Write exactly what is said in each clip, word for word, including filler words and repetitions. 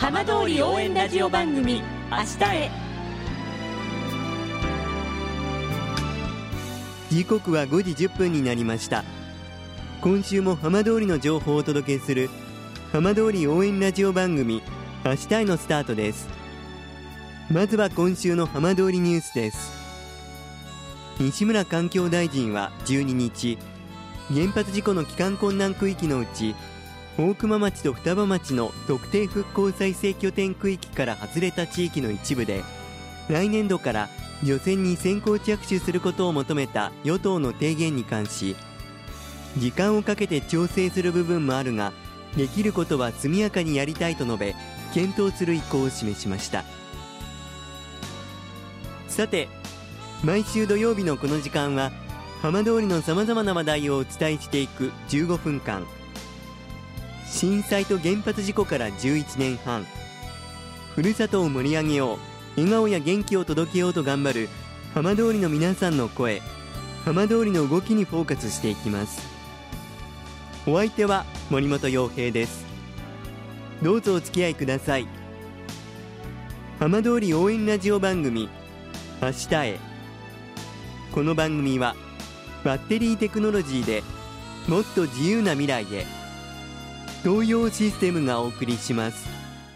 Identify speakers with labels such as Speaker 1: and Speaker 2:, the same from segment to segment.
Speaker 1: 浜通り応援ラジオ番組明日へ。
Speaker 2: 時刻はごじじゅっぷんになりました。今週も浜通りの情報をお届けする浜通り応援ラジオ番組明日へのスタートです。まずは今週の浜通りニュースです。西村環境大臣はじゅうににち、原発事故の帰還困難区域のうち大熊町と双葉町の特定復興再生拠点区域から外れた地域の一部で来年度から除染に先行着手することを求めた与党の提言に関し、時間をかけて調整する部分もあるができることは速やかにやりたいと述べ、検討する意向を示しました。さて、毎週土曜日のこの時間は浜通りのさまざまな話題をお伝えしていくじゅうごふんかん。震災と原発事故からじゅういちねんはん、ふるさとを盛り上げよう、笑顔や元気を届けようと頑張る浜通りの皆さんの声、浜通りの動きにフォーカスしていきます。お相手は森本洋平です。どうぞお付き合いください。浜通り応援ラジオ番組明日へ。この番組はバッテリーテクノロジーでもっと自由な未来へ、東洋システムがお送りします。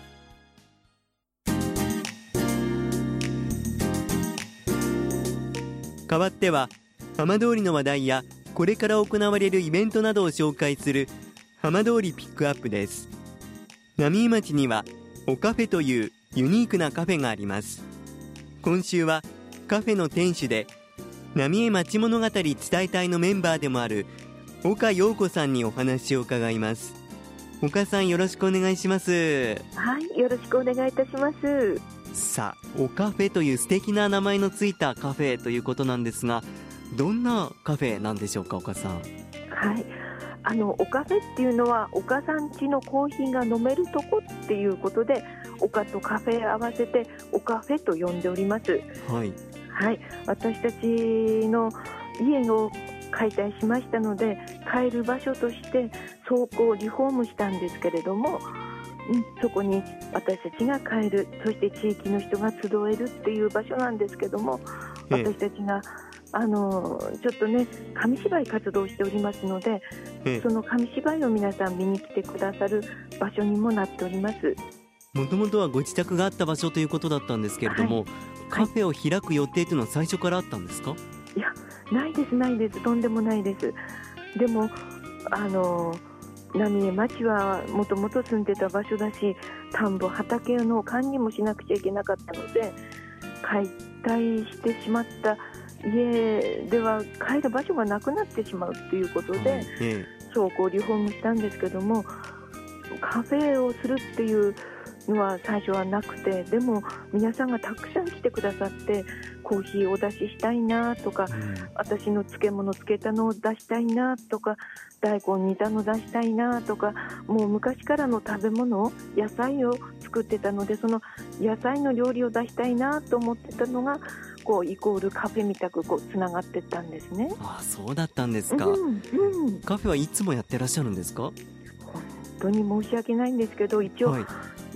Speaker 2: 代わっては浜通りの話題やこれから行われるイベントなどを紹介する浜通りピックアップです。浪江町にはおカフェというユニークなカフェがあります。今週はカフェの店主で浪江町物語伝え隊のメンバーでもある岡陽子さんにお話を伺います。岡さん、よろしくお願いします。
Speaker 3: はい、よろしくお願いいたします。
Speaker 2: さあ、おカフェという素敵な名前のついたカフェということなんですが、どんなカフェなんでしょうか、岡さん。
Speaker 3: はい、あのおカフェっていうのは岡さん家のコーヒーが飲めるとこっていうことで、岡とカフェ合わせておカフェと呼んでおります。
Speaker 2: はい、はい、
Speaker 3: 私たちの家を解体しましたので、帰る場所として倉庫をリフォームしたんですけれども、うん、そこに私たちが帰る、そして地域の人が集えるっていう場所なんですけども、私たちがあのちょっとね紙芝居活動しておりますので、その紙芝居を皆さん見に来てくださる場所にもなっております。
Speaker 2: もともとはご自宅があった場所ということだったんですけれども、はい、カフェを開く予定というのは最初からあったんですか？
Speaker 3: いや、ないですないです、とんでもないです。でもあの浪江町はもともと住んでた場所だし、田んぼ畑の管理もしなくちゃいけなかったので、解体してしまった家では帰る場所がなくなってしまうということで、はい、倉庫をリフォームしたんですけども、カフェをするっていうのは最初はなくて、でも皆さんがたくさん来てくださって、コーヒーをお出ししたいなとか、うん、私の漬物漬けたのを出したいなとか、大根煮たの出したいなとか、もう昔からの食べ物、野菜を作ってたので、その野菜の料理を出したいなと思ってたのが、こうイコールカフェみたくこうつながっていったんですね。
Speaker 2: ああ、そうだったんですか、
Speaker 3: うんうん、
Speaker 2: カフェはいつもやってらっしゃるんですか？
Speaker 3: 本当に申し訳ないんですけど、一応、はい、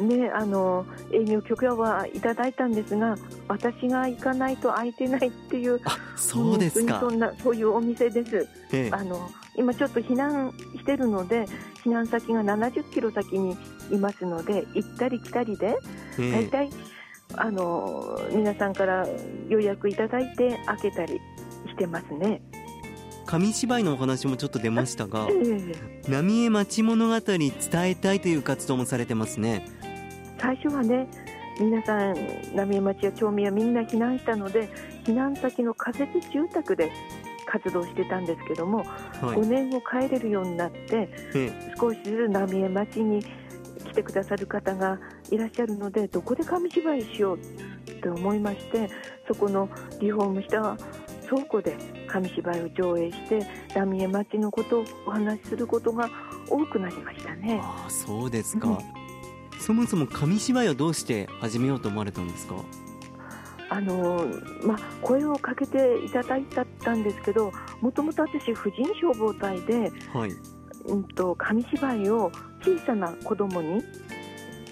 Speaker 3: ね、あの営業許可はいただいたんですが、私が行かないと空いてないっていう。
Speaker 2: あ、そうですか。
Speaker 3: そんなそういうお店です、
Speaker 2: ええ、
Speaker 3: あの今ちょっと避難してるので、避難先がななじゅっキロ先にいますので、行ったり来たりで、ええ、だいたいあの皆さんから予約いただいて開けたりしてますね。
Speaker 2: 紙芝居のお話もちょっと出ましたが、
Speaker 3: ええ、
Speaker 2: 浪江町物語伝えたいという活動もされてますね。
Speaker 3: 最初はね、皆さん浪江町や町民はみんな避難したので、避難先の仮設住宅で活動してたんですけども、はい、ごねんご帰れるようになって、ええ、少しずつ浪江町に来てくださる方がいらっしゃるので、どこで紙芝居しようと思いまして、そこのリフォームした倉庫で紙芝居を上映して、浪江町のことをお話しすることが多くなりましたね。
Speaker 2: ああ、そうですか、
Speaker 3: うん、
Speaker 2: そもそも紙芝居はどうして始めようと思われたんですか？
Speaker 3: あのまあ、声をかけていただいたんですけど、もともと私婦人消防隊で、はい、うんと紙芝居を小さな子供に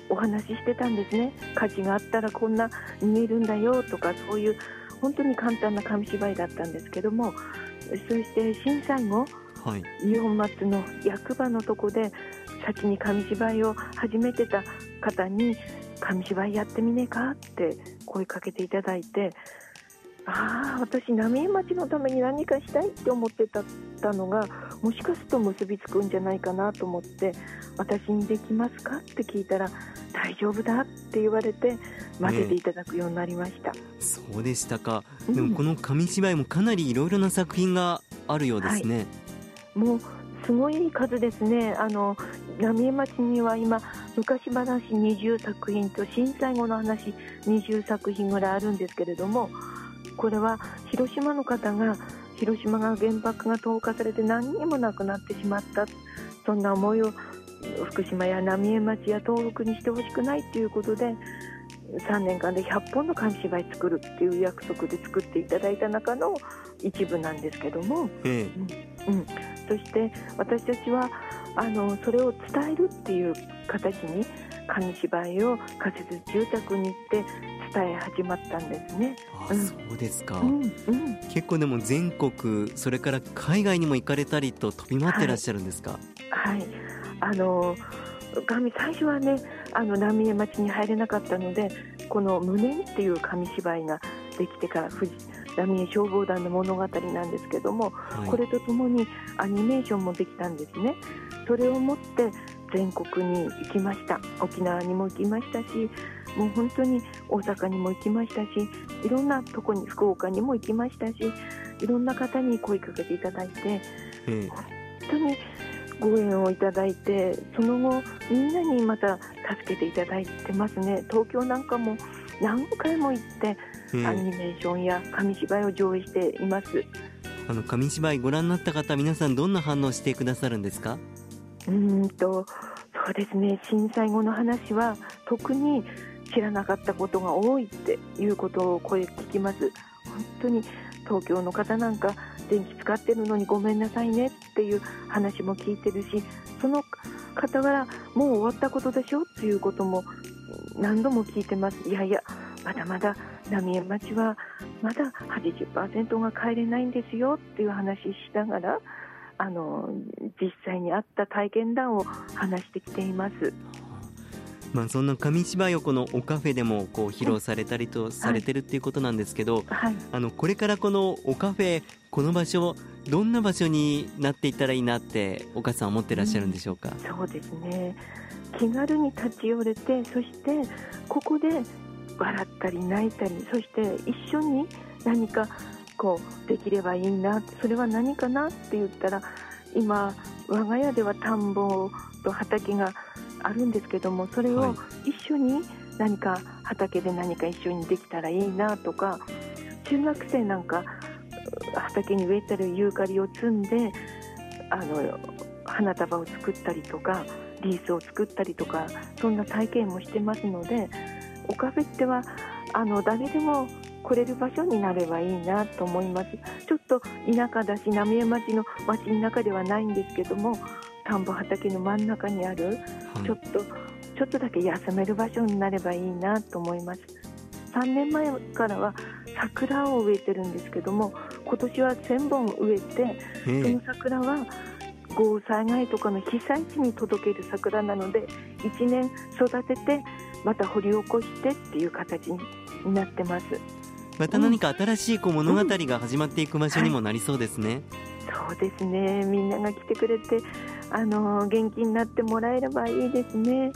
Speaker 3: お話ししてたんですね。火事があったらこんな逃げるんだよとか、そういう本当に簡単な紙芝居だったんですけども、そして震災後、
Speaker 2: はい、
Speaker 3: 祇園町の役場のとこで先に紙芝居を始めてた方に紙芝居やってみねえかって声かけていただいて、ああ私浪江町のために何かしたいって思ってたのがもしかすると結びつくんじゃないかなと思って、私にできますかって聞いたら大丈夫だって言われて混ぜていただくようになりました、ね、
Speaker 2: そうでしたか。でもこの紙芝居もかなりいろいろな作品があるようですね、はい、
Speaker 3: もうすごい数ですね。あの浪江町には今昔話にじゅうさくひんと震災後の話にじゅうさくひんぐらいあるんですけれども、これは広島の方が広島が原爆が投下されて何人も亡くなってしまった、そんな思いを福島や浪江町や東北にしてほしくないということでさんねんかんでひゃっぽんの紙芝居作るっていう約束で作っていただいた中の一部なんですけども、
Speaker 2: ええ
Speaker 3: うんうん、そして私たちはあのそれを伝えるっていう形に紙芝居を仮設住宅に行って伝え始まったんですね。
Speaker 2: あ、うん、そうですか、
Speaker 3: うんうん、
Speaker 2: 結構でも全国それから海外にも行かれたりと飛び回ってらっしゃるんですか？
Speaker 3: はい、はい、あの紙最初はねあの浪江町に入れなかったので、この無念っていう紙芝居ができてから富士浪江消防団の物語なんですけども、はい、これとともにアニメーションもできたんですね。それをもって全国に行きました。沖縄にも行きましたし、もう本当に大阪にも行きましたし、いろんなとこに福岡にも行きましたし、いろんな方に声かけていただいて、本当にご縁をいただいて、その後みんなにまた助けていただいてますね。東京なんかも何回も行ってアニメーションや紙芝居を上映しています。
Speaker 2: あの紙芝居ご覧になった方、皆さんどんな反応してくださるんですか？
Speaker 3: うーんとそうですね、震災後の話は特に知らなかったことが多いっていうことを声聞きます。本当に東京の方なんか電気使ってるのにごめんなさいねっていう話も聞いてるし、その方からもう終わったことでしょっていうことも何度も聞いてます。いやいやまだまだ浪江町はまだ はちじゅっパーセント が帰れないんですよっていう話しながら、あの実際にあった体験談を話してきています。
Speaker 2: まあ、そんな紙芝居をこのおカフェでもこう披露されたりとされてるっていうことなんですけど、
Speaker 3: はい、
Speaker 2: あのこれからこのおカフェ、この場所どんな場所になっていったらいいなってお母さん思ってらっしゃるんでしょうか？
Speaker 3: うん、そうですね、気軽に立ち寄れて、そしてここで笑ったり泣いたり、そして一緒に何かこうできればいいな、それは何かなって言ったら、今我が家では田んぼと畑があるんですけども、それを一緒に何か畑で何か一緒にできたらいいなとか、中学生なんか畑に植えてるユーカリを摘んであの花束を作ったりとかリースを作ったりとか、そんな体験もしてますので、おカフェってはあの誰でも来れる場所になればいいなと思います。ちょっと田舎だし浪江町の町の中ではないんですけども、田んぼ畑の真ん中にある、はい、ちょっとちょっとだけ休める場所になればいいなと思います。さんねんまえからは桜を植えてるんですけども、今年はせんぼん植えて、その桜は豪雨災害とかの被災地に届ける桜なので、いちねん育ててまた掘り起こしてっていう形になってます。
Speaker 2: また何か新しいこう物語が始まっていく場所にもなりそうですね。
Speaker 3: うんはい、そうですね、みんなが来てくれてあの元気になってもらえればいいですね。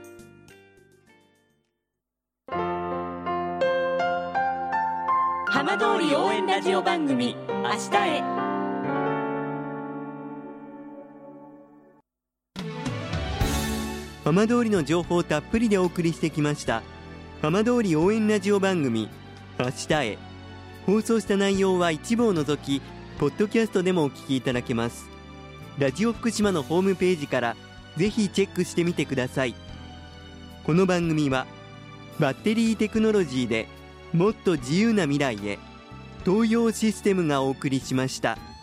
Speaker 1: 浜通り応援ラジオ番組明日へ。
Speaker 2: 浜通りの情報をたっぷりでお送りしてきました浜通り応援ラジオ番組明日へ。放送した内容は一部を除きポッドキャストでもお聞きいただけます。ラジオ福島のホームページからぜひチェックしてみてください。この番組はバッテリーテクノロジーでもっと自由な未来へ、東洋システムがお送りしました。